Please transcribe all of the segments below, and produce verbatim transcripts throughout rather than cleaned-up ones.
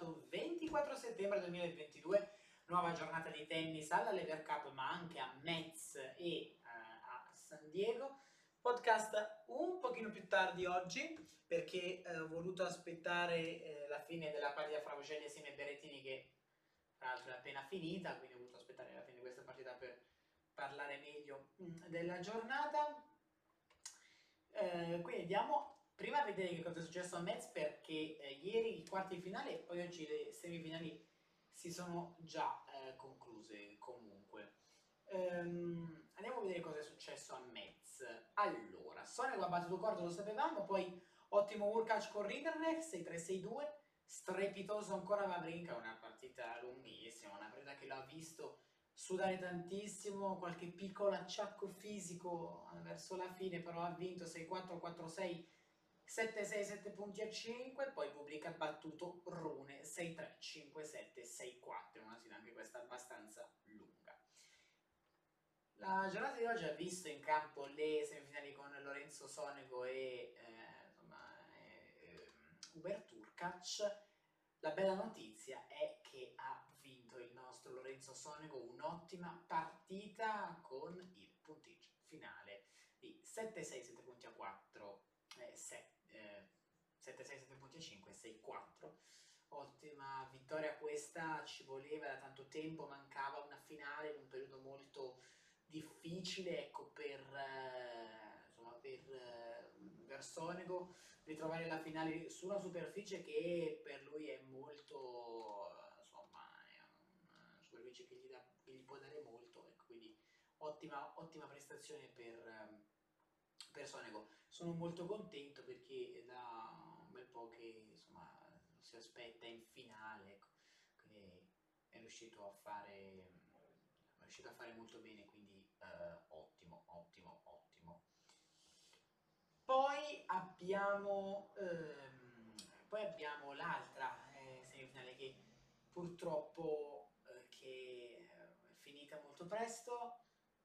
sabato ventiquattro settembre duemilaventidue, nuova giornata di tennis alla Lever Cup ma anche a Metz e uh, a San Diego. Podcast un pochino più tardi oggi perché eh, ho voluto aspettare eh, la fine della partita fra Augelli e Berrettini, che tra l'altro è appena finita, quindi ho voluto aspettare la fine di questa partita per parlare meglio mh, della giornata. Eh, quindi andiamo prima a vedere che cosa è successo a Metz, perché eh, ieri i quarti di finale e poi oggi le semifinali si sono già eh, concluse comunque. Ehm, andiamo a vedere cosa è successo a Metz. Allora, Sonego ha battuto corto, lo sapevamo, poi ottimo workout con Rinderknecht, sei tre sei due, strepitoso ancora Wawrinka, una partita lunghissima, una partita che l'ha visto sudare tantissimo, qualche piccolo acciacco fisico verso la fine, però ha vinto sei quattro quattro sei sette sei sette punti a cinque, poi Bublik ha battuto Rune sei tre cinque sette sei quattro, una sfida anche questa abbastanza lunga. La giornata di oggi ha visto in campo le semifinali con Lorenzo Sonego e eh, insomma, eh, Hubert Hurkacz. La bella notizia è che ha vinto il nostro Lorenzo Sonego un'ottima partita con il punteggio finale di sette sei sette punti a quattro, eh, sette sei sette punti a cinque, sei quattro. Ottima vittoria questa, ci voleva da tanto tempo, mancava una finale in un periodo molto difficile, ecco, per, eh, insomma, per, eh, per Sonego ritrovare la finale su una superficie che per lui è molto, insomma, è una superficie che gli, dà, che gli può dare molto, ecco, quindi ottima, ottima prestazione per, per Sonego. Sono molto contento perché da un bel po' che, insomma, si aspetta in finale, ecco, quindi è riuscito a fare, è riuscito a fare molto bene, quindi eh, ottimo, ottimo, ottimo. Poi abbiamo, ehm, poi abbiamo l'altra eh, semifinale che purtroppo eh, che è finita molto presto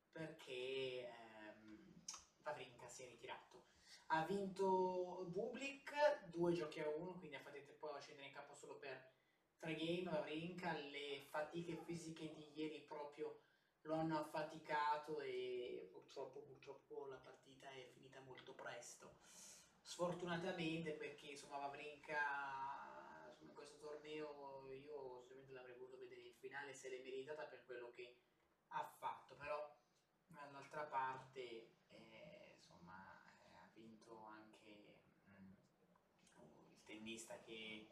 perché ehm, Wawrinka si è ritirato. Ha vinto Bublik due giochi a uno, quindi ha fatto poi a scendere in campo solo per tre game. Wawrinka, le fatiche fisiche di ieri proprio lo hanno affaticato e purtroppo, purtroppo la partita è finita molto presto. Sfortunatamente, perché insomma Wawrinka, insomma, in questo torneo io ovviamente l'avrei voluto vedere in finale, se l'è meritata per quello che ha fatto, però dall'altra parte eh, insomma eh, ha vinto anche mm, il tennista che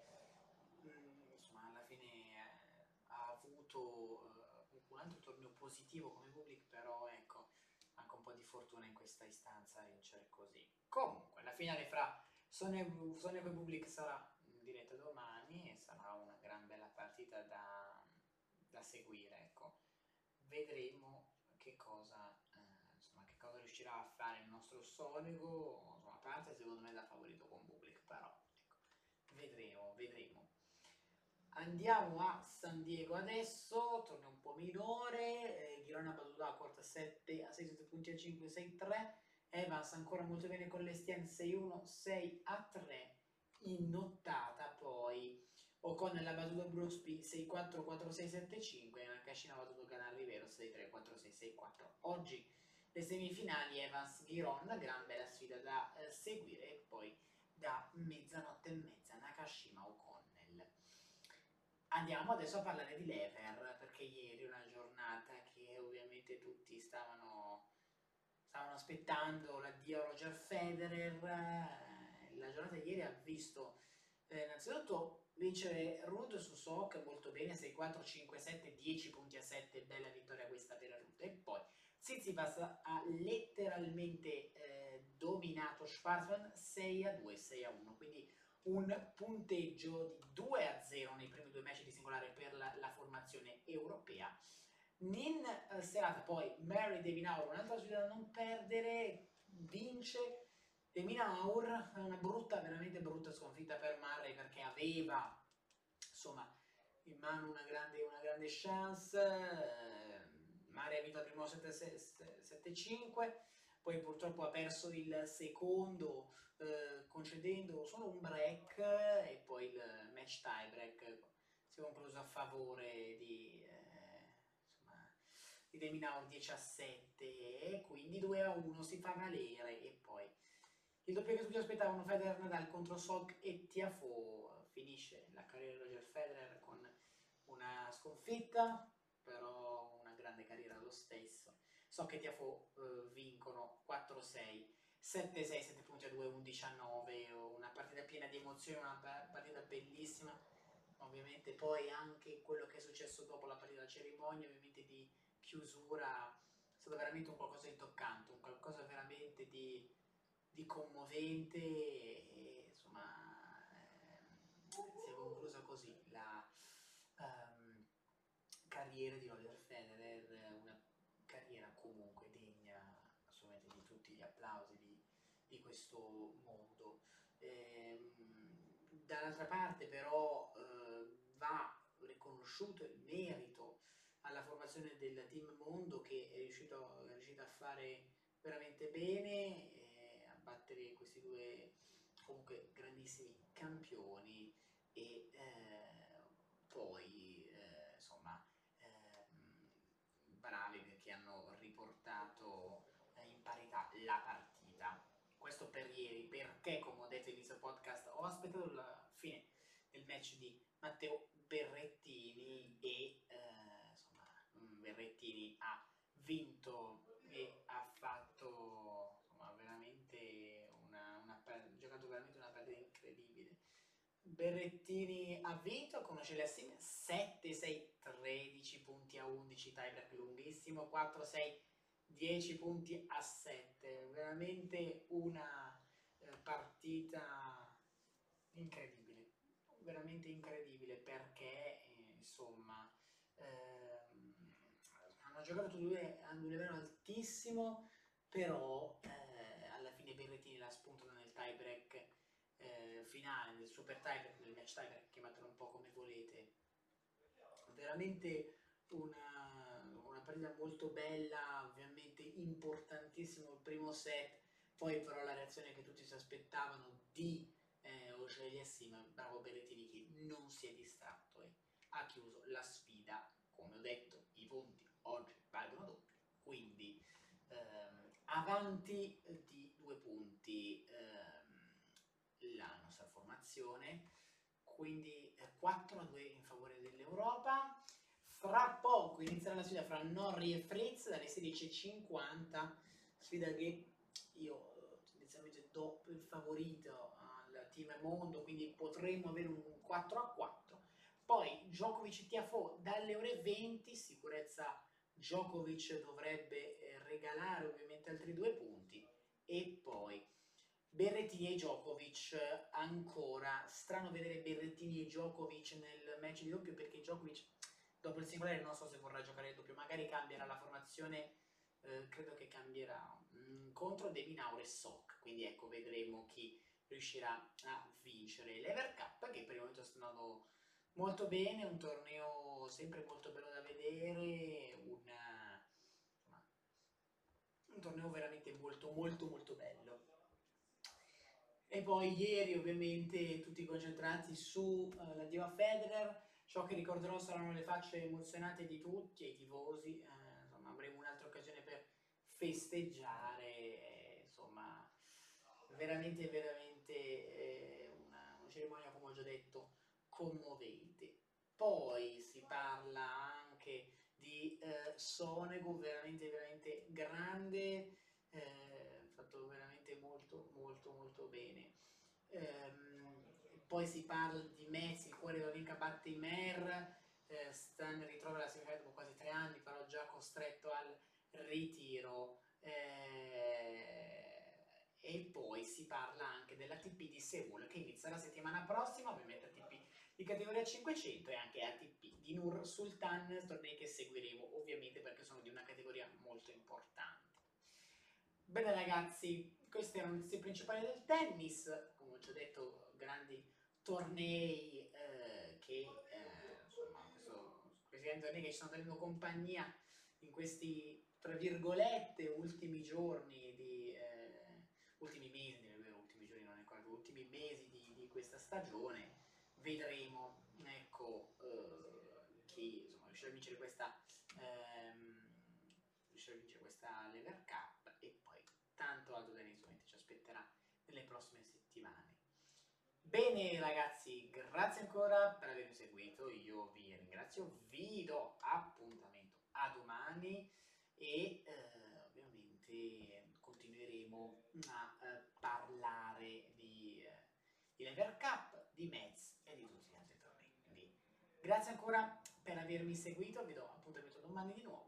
mm, insomma alla fine eh, ha avuto eh, un altro torneo positivo come Bublik, però ecco, anche un po' di fortuna in questa istanza a vincere così. Comunque la finale fra Sonego e Bublik sarà in diretta domani e sarà una gran bella partita da, da seguire, ecco. Vedremo che cosa, eh, insomma, che cosa riuscirà a fare il nostro Sonego, insomma, a parte secondo me da favorito con Bublik, però ecco, vedremo, vedremo. Andiamo a San Diego adesso, torna un po' minore, eh, Girona ha battuto a quarta sette a sei sette punti a cinque sei tre, Evans ancora molto bene con l'Estienne sei uno sei a tre, in nottata poi Ocon l'ha battuto Brooksby sei quattro quattro sei sette cinque e Nakashima ha battuto Canal Rivero sei tre quattro sei sei quattro. Oggi le semifinali Evans-Giron, gran bella sfida da eh, seguire, e poi da mezzanotte e mezza Nakashima-O'Connell. Andiamo adesso a parlare di Lever, perché ieri è una giornata che ovviamente tutti stavano, stavano aspettando l'addio a Roger Federer. La giornata di ieri ha visto eh, innanzitutto vincere Ruud su Sock molto bene, sei quattro cinque sette, dieci punti a sette, bella vittoria questa per Ruud. E poi Tsitsipas ha letteralmente eh, dominato Schwarzman sei a due, sei a uno, quindi un punteggio di due a zero nei primi due match di singolare per la, la formazione europea. In eh, serata poi Mary De Minaur, un'altra sfida da non perdere, vince. De Minaur, una brutta, veramente brutta sconfitta per Murray, perché aveva insomma in mano una grande, una grande chance. eh, Murray ha vinto il primo sette cinque, poi purtroppo ha perso il secondo eh, concedendo solo un break e poi il match tie break si è concluso a favore di, eh, insomma, di De Minaur dieci a sette, e quindi due a uno si fa valere. E poi il doppio che tutti aspettavano, Federer Nadal contro Sock e Tiafoe. Finisce la carriera di Roger Federer con una sconfitta, però una grande carriera lo stesso. Sock e Tiafoe eh, vincono quattro sei, sette sei, sette punti a due, undici a nove, una partita piena di emozioni, una partita bellissima. Ovviamente poi anche quello che è successo dopo la partita, la cerimonia ovviamente di chiusura, è stato veramente un qualcosa di toccante, un qualcosa veramente di, di commovente, e insomma ehm, si è conclusa così la ehm, carriera di Roger Federer, una carriera comunque degna assolutamente di tutti gli applausi di, di questo mondo. Ehm, dall'altra parte però eh, va riconosciuto il merito alla formazione del team Mondo, che è riuscito, è riuscito a fare veramente bene, eh, a battere questi due comunque grandissimi campioni. E eh, poi eh, insomma ehm, bravi perché hanno riportato eh, in parità la partita. Questo per ieri, perché come ho detto all'inizio podcast ho aspettato la fine del match di Matteo Berrettini e eh, insomma Berrettini ha vinto e ha fatto insomma veramente una, una ha giocato veramente una partita incredibile. Berrettini ha vinto con una Celestine sette sei tredici punti a undici, tiebreak lunghissimo, quattro sei dieci punti a sette, veramente una eh, partita incredibile, veramente incredibile perché eh, insomma ehm, hanno giocato tutti e due a un livello altissimo, però eh, alla fine Berrettini la spuntano nel tiebreak eh, finale, nel super tiebreak, nel match tiebreak, chiamatelo un po' come volete. Veramente una, una partita molto bella, ovviamente importantissimo il primo set, poi però la reazione che tutti si aspettavano di eh, Auger-Aliassime, bravo Berrettini che non si è distratto e ha chiuso la sfida. Come ho detto, i punti oggi valgono doppio, quindi ehm, avanti di due punti ehm, la nostra formazione, quindi eh, quattro a due in favore dell'Europa. Fra poco inizierà la sfida fra Norrie e Fritz dalle sedici e cinquanta, sfida che io eh, tendenzialmente do il favorito al team Mondo, quindi potremmo avere un quattro a quattro. Poi Djokovic e Tiafoe dalle ore venti, sicurezza Djokovic dovrebbe eh, regalare ovviamente altri due punti, e poi Berrettini e Djokovic ancora. Strano vedere Berrettini e Djokovic nel match di doppio, perché Djokovic dopo il singolare non so se vorrà giocare il doppio, magari cambierà la formazione, eh, credo che cambierà mh, contro De Minaur e Sock, quindi ecco vedremo chi riuscirà a vincere l'Ever Cup, che per il momento sta andando molto bene, un torneo sempre molto bello da vedere, una, insomma, un torneo veramente molto molto molto bello. E poi ieri ovviamente tutti concentrati sulla uh, diva Federer. Ciò che ricorderò saranno le facce emozionate di tutti e i tifosi, eh, insomma avremo un'altra occasione per festeggiare, eh, insomma veramente veramente eh, una, una cerimonia, come ho già detto, commovente. Poi si parla anche di eh, Sonego, veramente veramente grande, eh, fatto veramente molto molto molto bene. Ehm, poi si parla di Messi, il cuore dell'Olinca batte i Mer, eh, Stan ritrova la semifinale dopo quasi tre anni, però già costretto al ritiro. Eh, e poi si parla anche dell'A T P di Seul che inizia la settimana prossima, ovviamente A T P di categoria cinquecento e anche A T P di Nur Sultan, tornei che seguiremo ovviamente perché sono di una categoria molto importante. Bene ragazzi, queste erano le notizie principali del tennis, come ho già detto grandi tornei eh, che eh, insomma questo, questi grandi tornei che ci stanno tenendo compagnia in questi tra virgolette ultimi giorni di eh, ultimi mesi, vero, ultimi giorni non è ancora, ultimi mesi di, di questa stagione. Vedremo ecco eh, riuscirò a vincere questa ehm, riuscirò a vincere questa Lever Cup, e poi tanto altro tennisamente ci aspetterà nelle prossime settimane. Bene ragazzi, grazie ancora per avermi seguito, io vi ringrazio, vi do appuntamento a domani e eh, ovviamente continueremo a eh, parlare di, eh, di Lever Cup, di Metz e di tutti gli altri tornei. Quindi grazie ancora per avermi seguito, vi do appuntamento domani di nuovo.